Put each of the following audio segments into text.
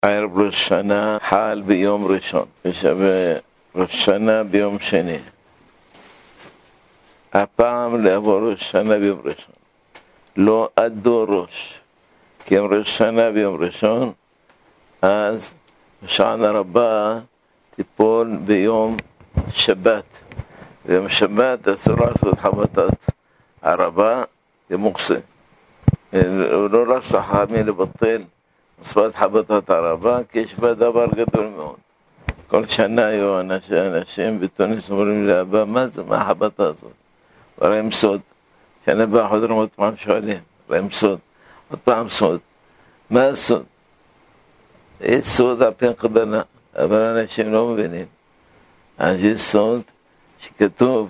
ערב ראש השנה חל ביום ראשון, ראש השנה ביום שני. הפעם לעבור ראש השנה ביום ראשון. לא עדו ראש, כי אם ראש השנה ביום ראשון, אז שנה רבה תיפול ביום שבת. ביום שבת אסור לעשות חבטת ערבה למוקסה. לא רק חכמים לבטל מצוות חבטת ערבה, כי יש בה דבר גדול מאוד. כל שנה היו אנשים בתוניס אומרים לאבא, מה זה, מה החבטה הזאת? הרי הם סוד. שנה הבאה חודרים עוד פעם שואלים, הרי הם סוד. עוד פעם סוד. מה הסוד? יש סוד על פי קבלה, אבל אנשים לא מבינים. אז יש סוד שכתוב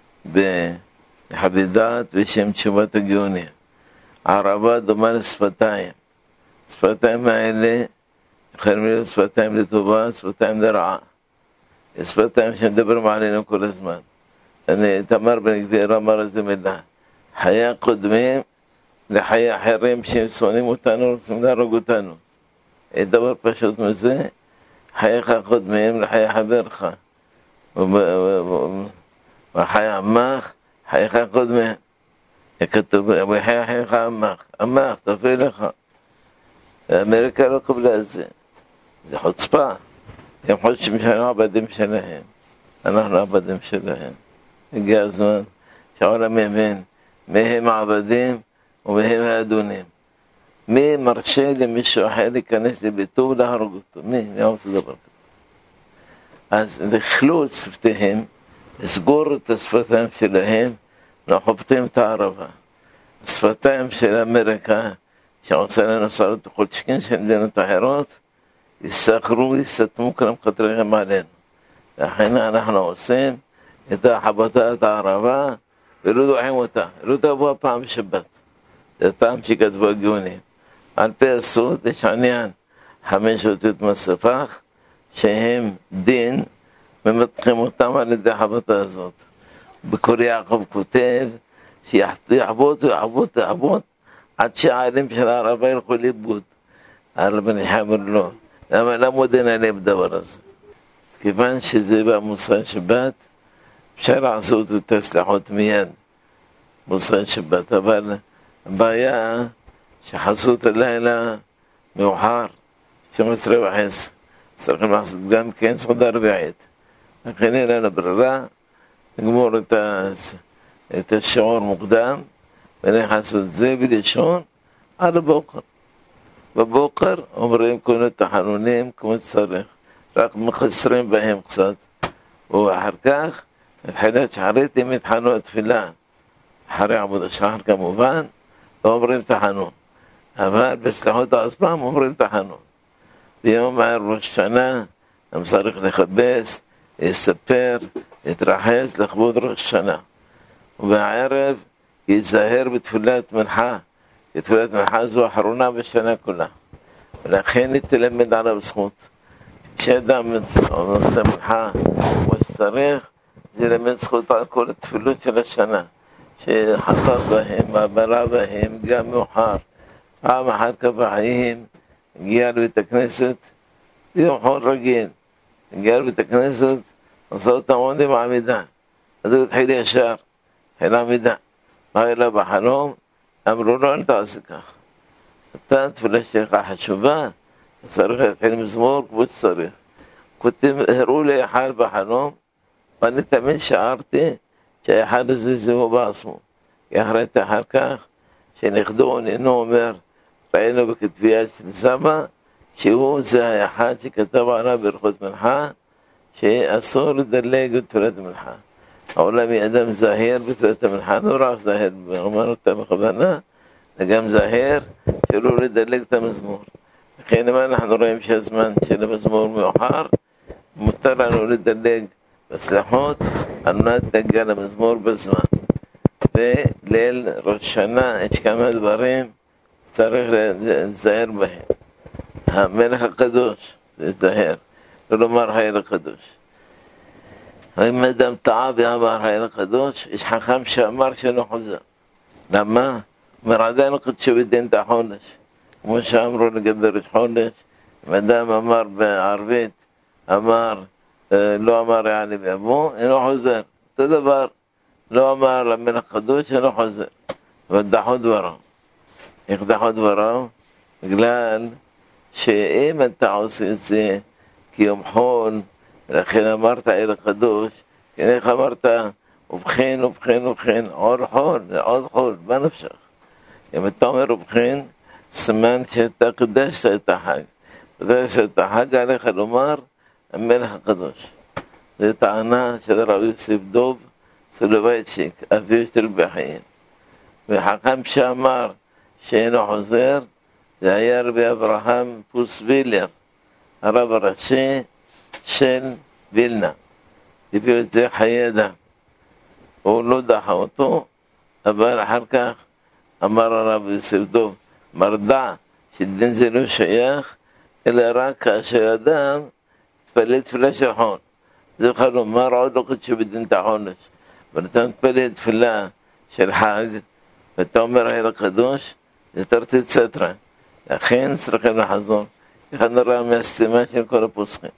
בחבידת בשם תשובת הגאונים. ערבה דומה לשפתיים. שפתיים האלה יכולים להיות שפתיים לטובה, שפתיים לרעה. שפתיים שמדברים עלינו כל הזמן. תמר בן גביר אמר איזה מילה. חיי קודמים לחיי אחרים שהם שונאים אותנו, רוצים להרוג אותנו. דבר פשוט מזה, חייך קודמים לחיי חברך. וחיי עמך, חייך קודמים. כתוב, וחייך עמך, תפריע לך. אמריקה לא קבלה את זה. זה חוצפה. הם חושבים שאנחנו עבדים שלהם. אנחנו עבדים שלהם. הגיע הזמן שהעולם יבין מי הם העבדים ומי הם האדונים. מי מרשה למישהו אחר להיכנס לביתו ולהרוג אותו? מי עושה דבר כזה? אז לכלול את שפתיהם, לסגור את השפתיים שלהם, וחופטים את הערבה. השפתיים של אמריקה, שעושה לנו שרות החולשקין של מדינות אחרות, יסחרו, יסתמו כלם חתריהם עלינו. לכן אנחנו עושים את החבטת הערבה, ולא דוחים אותה. לא תבוא הפעם בשבת. זה טעם שכתבו הגאונים. על פי הסוד יש עניין 5 אותיות מהספח, שהם דין, ומתחים אותם על ידי החבטה הזאת. בקורי יעקב כותב, שיעבוד עד שהעלים של הערבה ילכו לאיבוד. הרב נחמר לא. למה עוד אין עליהם דבר הזה? כיוון שזה במוסר שבת, אפשר לעשות את הסליחות מיד, מוסר שבת, אבל הבעיה שחסות הלילה מאוחר, 12:30, צריכים לעשות גם כן סעודה רביעית. לכן אין לנו ברירה, נגמור את השעון מוקדם, ונכנס את זה ולישון עד הבוקר. בבוקר אומרים כל התחנונים כמו שצריך, רק מחסרים בהם קצת. ואחר כך, בתחילת שחרית הם התחנו התפילה. אחרי עבוד השחר כמובן, לא אומרים תחנון. אבל בסליחות עצמם אומרים תחנון. ביום ראש השנה, הם צריך לכבס, לספר, להתרחץ, לכבוד ראש השנה. ובערב ייזהר בתפילת מנחה, כי תפילת מנחה זו האחרונה בשנה כולה. ולכן תלמד עליו זכות. כשאדם עושה מנחה כמו שצריך, זה למד זכות על כל התפילות של השנה. שחטא בהם, מעברה בהם, גם מאוחר. פעם אחת כבחיים, הגיע לבית הכנסת, ביום חול רגיל. הגיע לבית הכנסת, עושה אותם עומדים בעמידה. אז הוא התחיל ישר, התחיל עמידה. מה היה לה בחלום? אמרו לו, אל תעשה כך. אתה תפילה שלך חשובה, צריך להתחיל מזמור כמו שצריך. הראו לי אחד בחלום, ואני תמיד שערתי שהאחד הזה זהו בעצמו. כי אחריתי אחר כך, שנכדו נינו אומר, ראינו בכתבייה של סבא, שהוא זה האחד שכתב עליו ברכות מנחה, שאסור לדלג בתפילת מנחה. העולם אדם זהיר בתפילת המנחה, לא רק זהיר, אומר אותה בכוונה, וגם זהיר שלא לדלג את המזמור. לכן אם אנחנו רואים שהזמן של המזמור מאוחר, מותר לנו לדלג בסליחות, על מנת להגיע למזמור בזמן. וליל ראש שנה יש כמה דברים צריך לזהר בהם. המלך הקדוש, זה זהר, לא לומר חייל הקדוש. אם אדם טעה ואמר חייל הקדוש, יש חכם שאמר שלא חוזר. למה? אומר עדיין קדשו בדין את החודש. כמו שאמרו לגבי ראש חודש, אם אדם אמר בערבית, לא אמר יעני באבו, אינו חוזר. אותו דבר, לא אמר למלך הקדוש, אינו חוזר. ודחו דברו. איך דחו דברו? בגלל שאם אתה עושה את זה כיום חול, לכן אמרת אל הקדוש, איך אמרת, ובכן, עוד חול, מה נפשך? אם אתה אומר ובכן, סימן שאתה קדשת את החג. קדשת את החג עליך לומר, המלך הקדוש. זו טענה של רבי יוסף דוב סולובייצ'יק, אביו של רבי חייא. וחכם שאמר שאינו חוזר, זה היה רבי אברהם פוסווילר, הרב הראשי של וילנה. הביאו את זה חיי אדם. הוא לא דחה אותו, אבל אחר כך אמר הרב יוסף דוב, מרדע שדין זה לא שייך, אלא רק כאשר אדם תפלל תפילה של חון. זה יכול לומר עוד לא קדשו בדין את החונש. ואתה מתפלל תפילה של חג, ואתה אומר אל הקדוש, זה תרתי צטרה. לכן צריכים לחזור. אחד נראה מהסתימה של כל הפוסקים.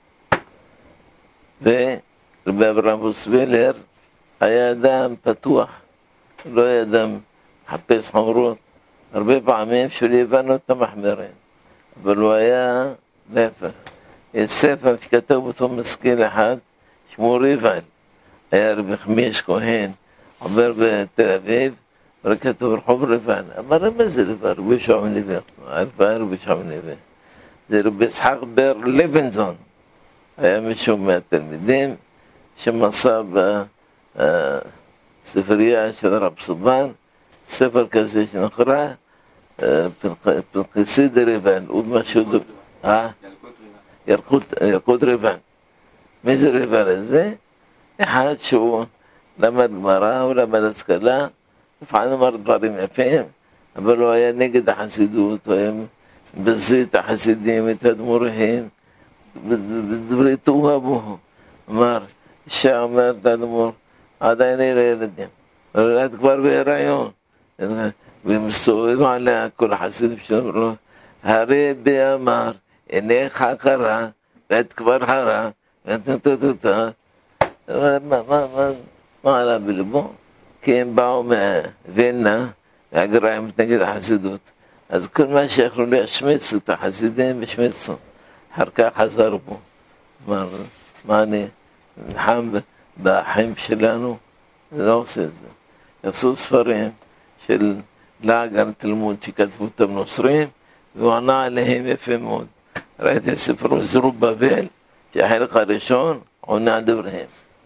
ורבי אברהם פוסווילר היה אדם פתוח, לא היה אדם מחפש חומרות. הרבה פעמים שלי הבנו את המחמרים, אבל הוא היה להפך. יש ספר שכתב אותו משכיל אחד, שמו ריבל, היה רבי חמיש כהן, עובר בתל אביב, ורק כתוב רחוב ריבל. אמר, מה זה ריבל? רבי שמעון לוי. רבי שמעון לוי. זה רבי יצחק בר לוינזון. היה מישהו מהתלמידים שמסע בספרייה של רב סובן, ספר כזה שנקרא פנקסי דריבן, עוד משהו ילקוט ריבן. מי זה ריבן הזה? אחד שהוא למד גמרא, הוא למד השכלה, לפעמים אמר דברים יפים, אבל הוא היה נגד החסידות, הוא היה בזית את החסידים, את הדמורים, בדברי תאוהבו. אמר, אישה אומרת לאדמו"ר, עדיין אין ילדים, אבל את כבר בהיריון. ומסתובב עליה כל החסידים שאומרו, הרי באמר, עיניך קרה, ואת כבר חרה, מה עלה בלבו? כי הם באו מווילנה, והגריים נגד החסידות. אז כל מה שיכולו להשמיץ את החסידים, השמיצו. אחר כך חזר בו. אמר, מה אני נלחם בחיים שלנו? אני לא עושה את זה. יעשו ספרים של לעג על תלמוד שכתבו אותם נוצרים, והוא ענה עליהם יפה מאוד. ראיתי ספר זרובבל, שהחלק הראשון עונה על דבריהם.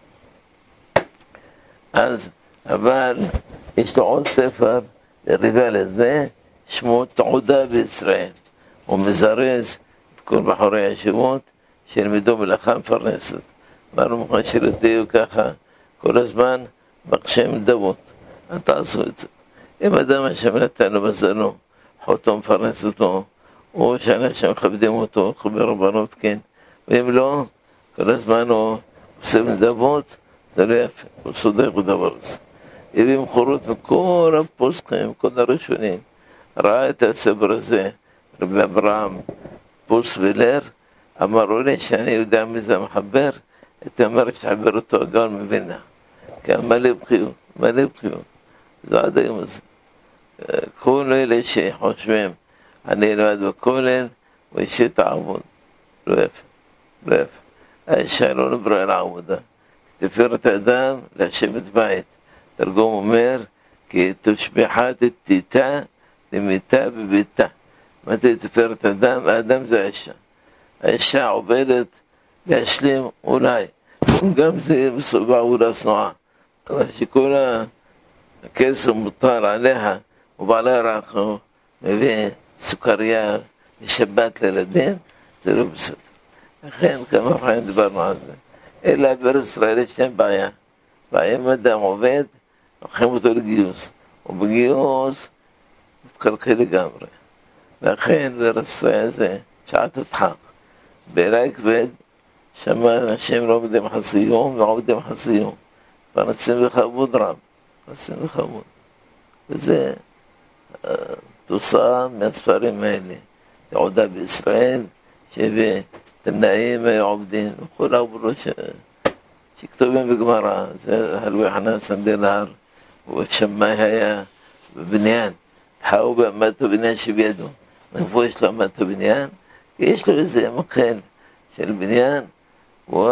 אז, אבל יש לו עוד ספר, ריבל הזה, שמו תעודה בישראל. הוא מזרז את כל בחורי הישיבות שילמדו מלאכה מפרנסת. אמרנו מוכן שתהיו ככה כל הזמן בקשי מדבות. אל תעשו את זה. אם אדם השם נתן לו מזלו, חותו מפרנס אותו, או שאנשים מכבדים אותו, חבר רבנות כן, ואם לא, כל הזמן הוא עושה מדבות, זה לא יפה, הוא סודק בדבר הזה. הביא מחורות מכל הפוסקים, כל הראשונים, ראה את הספר הזה, רבי אברהם פוסווילר, אמרו לי שאני יודע מי זה מחבר, הייתי אומר שחבר אותו הגאון מווילנה, כי מלא בחיוב, זה עד היום הזה. כל אלה שחושבים, אני אלמד בכולל, ואישי תעבוד, לא יפה. האישה לא נברא לעבודה, תפארת האדם להשם את בית. תרגום אומר, כי תושבחת את תיתה למיתה בביתה. מה זה תפארת האדם? האדם זה האישה. האישה עובדת להשלים אולי, גם זה בעבודה צנועה. אבל שכל הכסף מותר עליה, ובעלה רק מביא סוכריה לשבת לילדים, זה לא בסדר. לכן כמה פעמים דיברנו על זה. אלא בארץ ישראל יש להם בעיה. אם אדם עובד, לוקחים אותו לגיוס. ובגיוס מתחלקל לגמרי. לכן בארץ ישראל זה שעת הדחק. בעילי כבד, שמה אנשים לא עובדים חצי יום ועובדים חצי יום. פרנסים בכבוד רב. פרנסים בכבוד. וזה תוצאה מהספרים האלה. תעודה בישראל, שבתנאים עובדים, וכל העבודות שכתובים בגמרא, זה הלוי חנן סנדלר, ושמאי היה בבניין, תחאו בעמת הבניין שבידו. מאיפה יש לו עמת הבניין? כי יש לו איזה מקל של בניין, הוא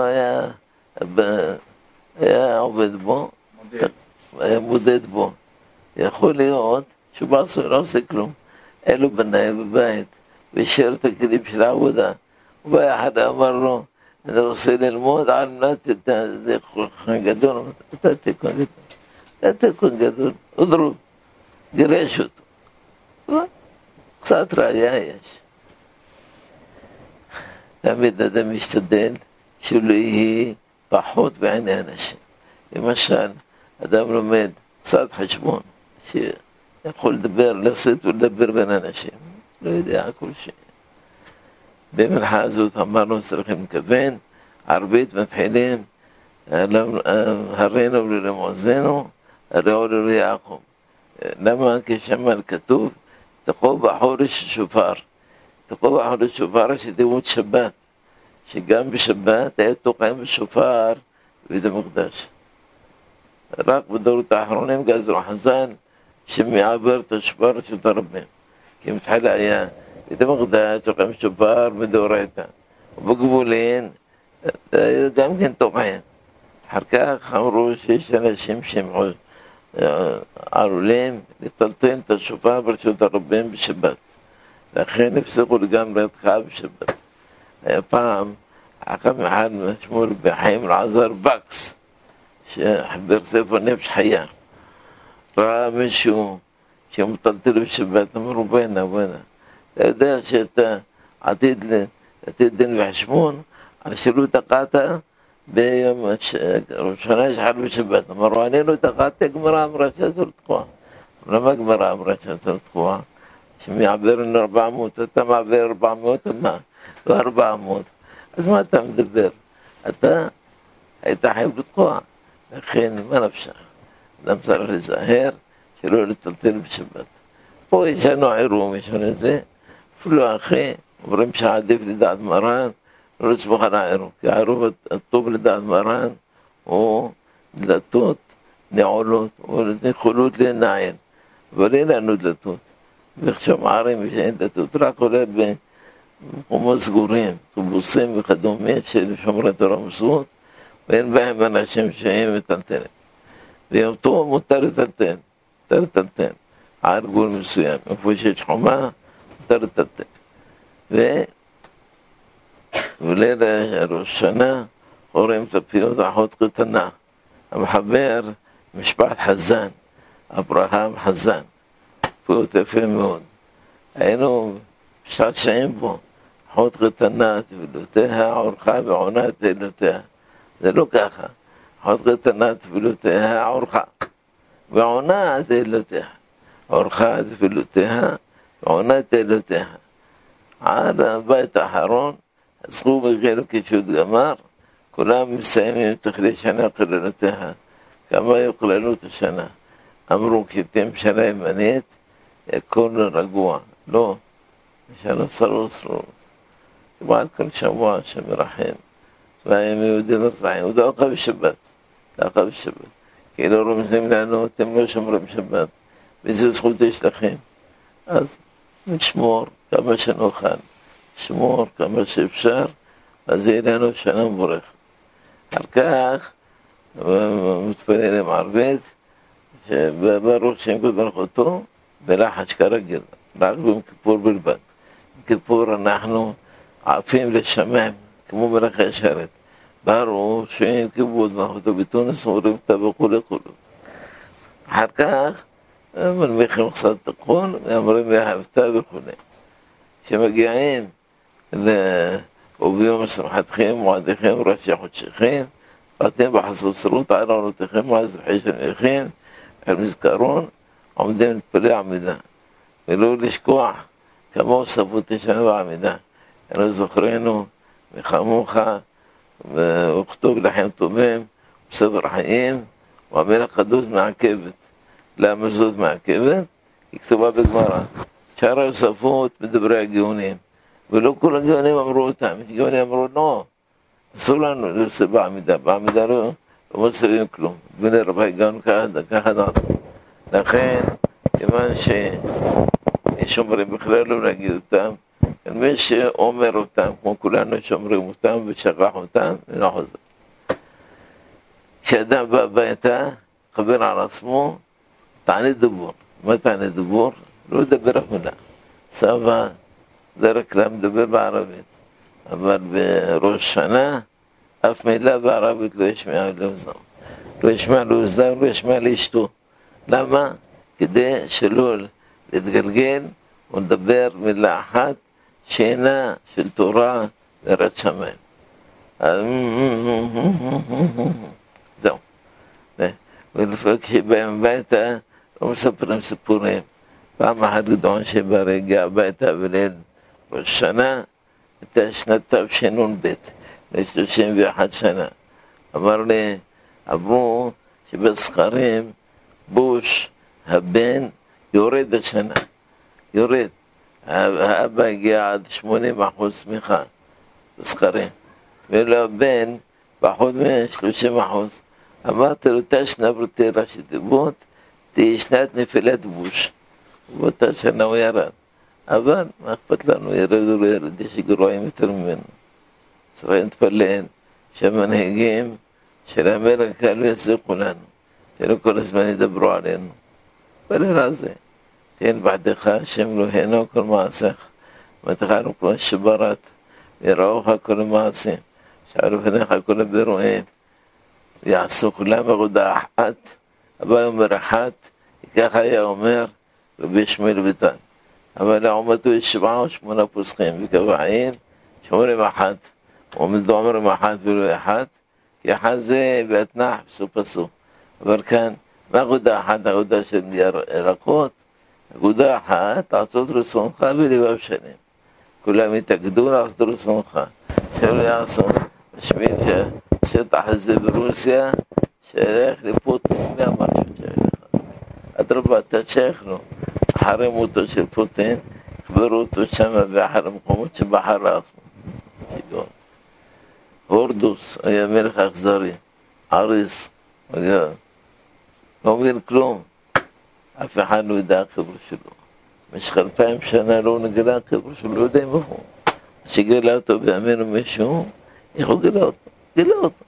היה עובד בו, היה מודד בו. יכול להיות שהוא בעצמו לא עושה כלום. אלו בנאי בבית, וישר את הכלים של העבודה. ובא אחד אמר לו, אני רוצה ללמוד על מנת זה חן גדול, אתה תיקון גדול, אודרו, גירש אותו. קצת ראיה יש. תמיד אדם משתדל שלא יהיה פחות בעיני אנשים. למשל, אדם לומד קצת חשבון, שיכול לדבר, לשאת ולדבר בין אנשים. לא יודע, כל שני. במנחה הזאת אמרנו צריכים לכוון, ערבית מתחילים, הרינו ולמועזנו, הראו ליעקב. למה? כשם כתוב, תקעו בחורש שופר. תקעו בחורש שופר שתימות שבת, שגם בשבת היה תוקעים בשופר בבית המקדש. רק בדורות האחרונים גזרו חז"ל שמעבר את השופר של הרבים. כי מתחילה היה בית המקדש תוקעים שופר מדאורייתא. ובגבולין גם כן תוקעים. אחר כך אמרו שיש אנשים שהם עלולים לטלטל את השופר ברשות הרבים בשבת. לכן הפסיקו לגמרי התחילה בשבת. היה פעם חכם אחד שמו רבי חיים אלעזר בקס, שחבר ספר נפש חיה. ראה מישהו שמטלטל בשבת, אמרו בואנה, אתה יודע שאתה עתיד דין וחשבון, על שלא תקעת ביום ראשונה שחל בשבת. אמרו, אני לא תקעתי, הגמרא אמרה שאסור לתקוע. למה הגמרא אמרה שאסור לתקוע? שמעבר 400, אתה מעבר 400, מה? לא 400. אז מה אתה מדבר? אתה היית חייב לתקוע. לכן, מה נפשך? אדם צריך להיזהר שלא לטלטל בשבת. פה יש לנו עירום, יש לנו זה, אפילו אחי, אומרים שעדיף לדעת מרן, לא לסמוך על העירום, כי העירום הטוב לדעת מרן הוא דלתות נעולות, או נכולות לנעין, אבל אין לנו דלתות. ועכשיו ערים שאין דלתות, רק עולה במקומות סגורים, טובוסים וכדומה של שומרי תורה ומסורת, ואין בהם אנשים שהם מטלטלים. ואותו מותר לטלטל, על גבול מסוים, איפה שיש חומה, מותר לטלטל. וליל ראש שנה קוראים את הפיות אחות קטנה, המחבר משפחת חזן, אברהם חזן, פיות יפה מאוד. היינו משתעשעים בו, אחות קטנה, תפילותיה, עורכה ועונה תהילותיה. זה לא ככה, אחות קטנה, תפילותיה, עורכה, ועונה תהילותיה. עורכה תפילותיה, ועונה תהילותיה. עד הבית האחרון, עסקו בגלו קישוט גמר, כולם מסיימים תכלי שנה כללותיה. כמה היו כללות השנה? אמרו כי תהיה שנה ימנית, הכל רגוע. לא, שנה שרוס. כמעט כל שבוע שמרחם. והיום יהודי נרצחים, הוא דאוקה בשבת. כי לא רומזים לנו, אתם לא שומרים שבת. וזה זכות יש לכם. אז נשמור כמה שנוכל. שמור כמה שאפשר, אז יהיה לנו שנה מבורכת. אחר כך, מתפלל עם ערבית, שברוך שם קוד ברכותו, בלחש כרגיל, רק ביום כיפור בלבד. בכיפור אנחנו עפים לשמיים, כמו מלאכי השרת. ברוך שם כיבוד ברכותו בתונס, אומרים תבוא כולי. אחר כך, מנמיכים קצת תקון, ואומרים ואהבת וכו'. שמגיעים וביום שמחתכם, מועדיכם, ראשי חודשיכם, ואתם בחסוסרות על עונותיכם, מעזבחי שניכם, על מזכרון, עומדים להתפלל עמידה. ולא לשכוח כמו סבות ישנה בעמידה. אנו זוכרנו מחמוך, וכתוב לכם טובים, בסבר חיים, והמילה הקדוש מעכבת. למה זאת מעכבת? היא כתובה בגמרא. שאר השפות מדברי הגאונים, ולא כל הגאונים אמרו אותם, הגאונים אמרו לא, אסור לנו להוסיף בעמידה, בעמידה לא מוסרים כלום, בני רבי גאון ככה דעת. לכן, כיוון שיש אומרים בכלל לא להגיד אותם, מי שאומר אותם, כמו כולנו שאומרים אותם ושכח אותם, לא חוזר. כשאדם בא הביתה, חבר על עצמו, תענה דיבור. מה תענה דיבור? לא לדבר אף מילה. סבא, דרך כלל מדבר בערבית, אבל בראש שנה, אף מילה בערבית לא ישמע לאוזנו. לא ישמע לאוזנו, לא ישמע לאשתו. למה? כדי שלא להתגלגל ולדבר מילה אחת שאינה של תורה ויראת שמיים. זהו. ולפעמים כשבאים הביתה, לא מספרים סיפורים. פעם אחת גדעון שבא הגיע הביתה בליל ראש שנה, הייתה שנת תשנ"ב, ל-31 שנה. אמר לי, אמרו שבזכרים בוש הבן יורד השנה, יורד. האבא הגיע עד 80% צמיחה בזכרים, ולבן פחות מ-30%. אמרתי לו, תשנה ברתירה שתיבות, תהיה שנת נפילת בוש. באותה שנה הוא ירד. אבל מה אכפת לנו, ירד או לא ירד, יש גרועים יותר ממנו. צריך להתפלל שהמנהיגים של אמריקה לא יצליחו לנו, שלא כל הזמן ידברו עלינו. פלל על זה. תן בעדך השם אלוהינו כל מעשיך, ותחנו כל שברת, ויראוך כל המעשים, שערו פניך כל הבירואים, ויעשו כולם עבודה אחת. אבא אומר אחת, ככה היה אומר רבי שמואל ביטן. אבל לעומתו יש 7 או 8 פוסקים, וקבעים שאומרים אחת, ומדוע אומרים אחת ולא אחת, כי אחת זה באתנח פסו. אבל כאן, מה אגודה אחת? אגודה של ירקות, אגודה אחת, לעשות רצונך בלבב שנים. כולם יתאגדו לעשות רצונך. שלא יעשו, משמיד שהשטח הזה ברוסיה, שייך לפוטין, מי אמר שייך לך? אדרבה, אתה שייך לו. אחרי מותו של פוטין, קברו אותו שם באחר המקומות שבחר לעצמו. הורדוס היה מלך אכזרי, אריס, היה לא מבין כלום, אף אחד לא ידע הקבר שלו. במשך 2000 שנה לא נגלה הקבר שלו, לא יודע מה הוא. שגילה אותו בימינו מישהו, איך הוא גילה אותו? גילה אותו.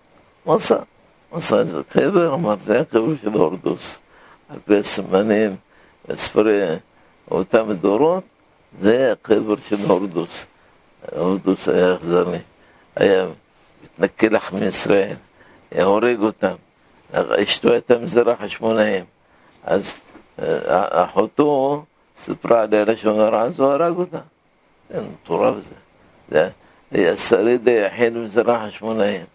מסע איזה קבר, אמר, זה הקבר של הורדוס. על פי הסימנים, ספרי אותם דורות, זה הקבר של הורדוס. הורדוס היה אכזרי, היה מתנכל לך מישראל, היה הורג אותם. אשתו הייתה מזרח השמונאים, אז אחותו סיפרה עליה לשון הרע, אז הוא הרג אותה. זה מטורף זה. זה היה השריד היחיד מזרח השמונאים.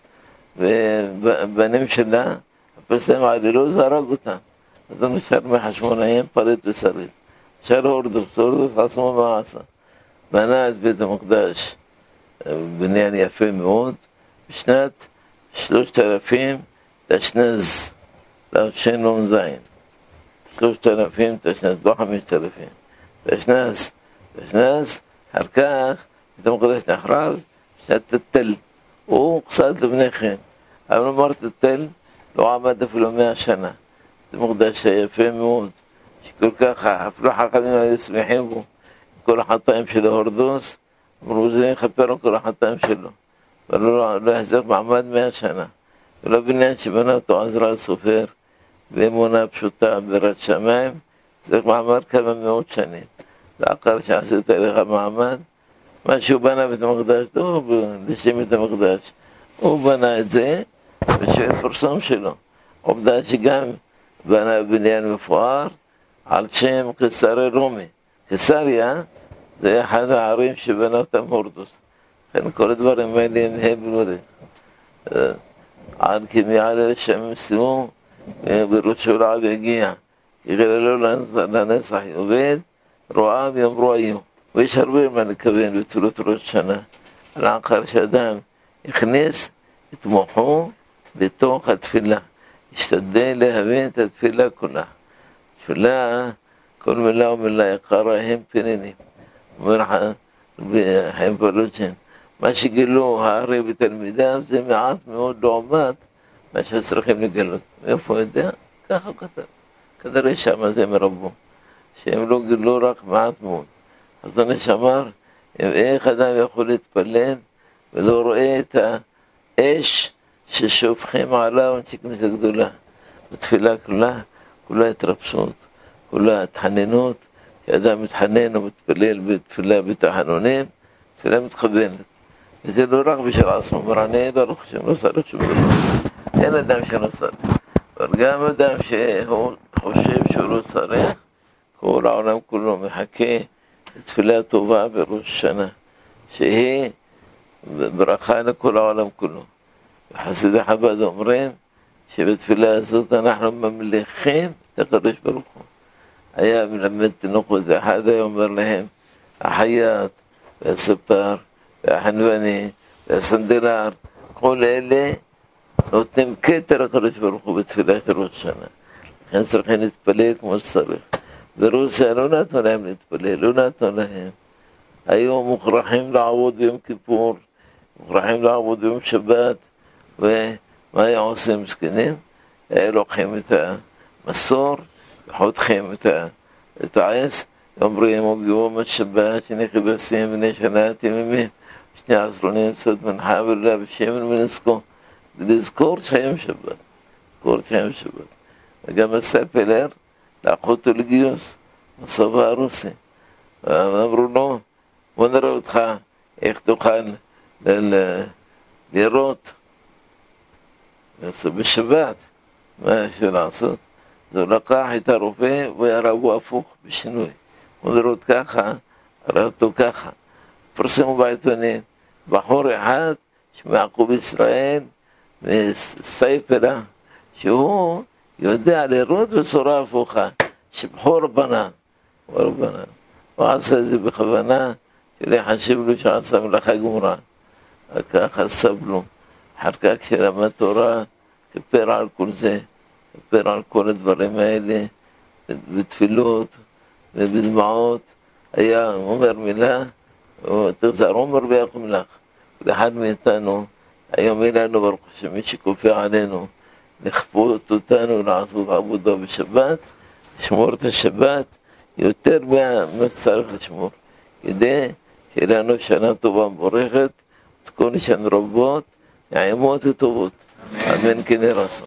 ובנים שלה, הפרסם עלילו, זה הרג אותה. אז הוא נשאר מהשמונאים, פריט ושריד. נשאר הורדוס, הורדוס עצמו מעשה. בנה את בית המקדש, בניין יפה מאוד, בשנת 3000, תשנז, תשנ"ז, 3000 תשנז, לא 5000, תשנז, אחר כך, בית המקדש נחרב, בשנת תתל, הוא קצת לבני כן, אבל אמר תתל, לא עמד אפילו 100 שנה, בית המקדש יפה מאוד, שכל כך, אפילו חכמים היו שמחים בו, כל החטאים של הורדוס, אמרו זה יכפר כל החטאים שלו, אבל לא יחזיק מעמד 100 שנה. ולא בניין שבנה אותו עזרא הסופר, באמונה פשוטה ביראת שמיים, זה מעמד כמה מאות שנים. לאחר שעשית לך מעמד, מה שהוא בנה בית המקדש, טוב, לשם בית המקדש, הוא בנה את זה, בשביל פרסום שלו. עובדה שגם בנה בניין מפואר, על שם קיסרי רומי. קיסריה, זה אחד הערים שבנה אותם הורדוס. לכן כל הדברים האלה הם הבלורים. עד כי מעלה לשם סיימו, בראשו רעב יגיע. כי גללו לנצח עובד, רועב יאמרו היו. ויש הרבה מה לכוון בתפילות ראש שנה. לאחר שאדם הכניס את מוחו בתוך התפילה. השתדל להבין את התפילה כולה. תפילה, כל מילה ומילה יקרה הם פנינים. אומר לך, בחיים פלוצ'ין. מה שגילו הארי בתלמידיו זה מעט מאוד לעומת מה שצריכים לגלות. מאיפה הוא יודע? ככה הוא כתב. כנראה שמה זה מרבו. שהם לא גילו רק מעט מאוד. אז נש אמר, איך אדם יכול להתפלל ולא רואה את האש ששופכים עליו כניסה גדולה. בתפילה כולה התרפסות, כולה התחננות, שאדם מתחנן ומתפלל בתפילה בתחנונים, תפילה מתכוונת. וזה לא רק בשביל עצמו, מרענה ברוך השם, לא צריך שום דבר. אין אדם שלא צריך. אבל גם אדם שהוא חושב שהוא לא צריך, כל העולם כולו מחכה לתפילה טובה בראש שנה, שהיא ברכה לכל העולם כולו. וחסידי חב"ד אומרים שבתפילה הזאת אנחנו ממליכים את הקדוש ברוך הוא. היה מלמד תינוקות, אחד היה אומר להם, החייט והספר והחנווני והסנדלר, כל אלה נותנים כתר הקדוש ברוך הוא בתפילת ראש שנה. לכן צריכים להתפלל כמו שצריך. ברוסיה לא נתנו להם להתפלל, לא נתנו להם. היו מוכרחים לעבוד ביום כיפור, מוכרחים לעבוד ביום שבת, ומה היה עושים מסכנים? היה לוקחים את המסור, וחותכים את העץ, אומרים, וביום השבת שנכבסים בני שנה תמימים, שני עשרונים סוד מנחה וללה בשמן ונזכור, לזכור שהיום שבת, זכור שהיום שבת. וגם הספלר, לקחו אותו לגיוס, הצבא הרוסי. ואמרו לו, בוא נראה אותך, איך תוכל לראות. בשבת, מה אפשר לעשות? זה לקח את הרופא והרבו הפוך בשינוי. בוא נראה אותו ככה, ראה אותו ככה. פרסמו בעיתונים, בחור אחד שמעקוב ישראל, מסייפרה, שהוא יודע לראות בצורה הפוכה, שבחור בנה, הוא עשה את זה בכוונה, שלחשב לו שעשה מלאכה גמורה, ככה סבלו, אחר כך כשלמד תורה, כפר על כל זה, כפר על כל הדברים האלה, בתפילות ובדמעות, היה אומר מילה, תחזר אומר ויקום לך, ולאחד מאיתנו, היום אין לנו ברוך השם, מי שכופה עלינו, לכפות אותנו לעשות עבודה בשבת, לשמור את השבת יותר מה שצריך לשמור, כדי שיהיה לנו שנה טובה מבורכת, תזכו שנה רבות, נעימות וטובות, אמן כן ירצו.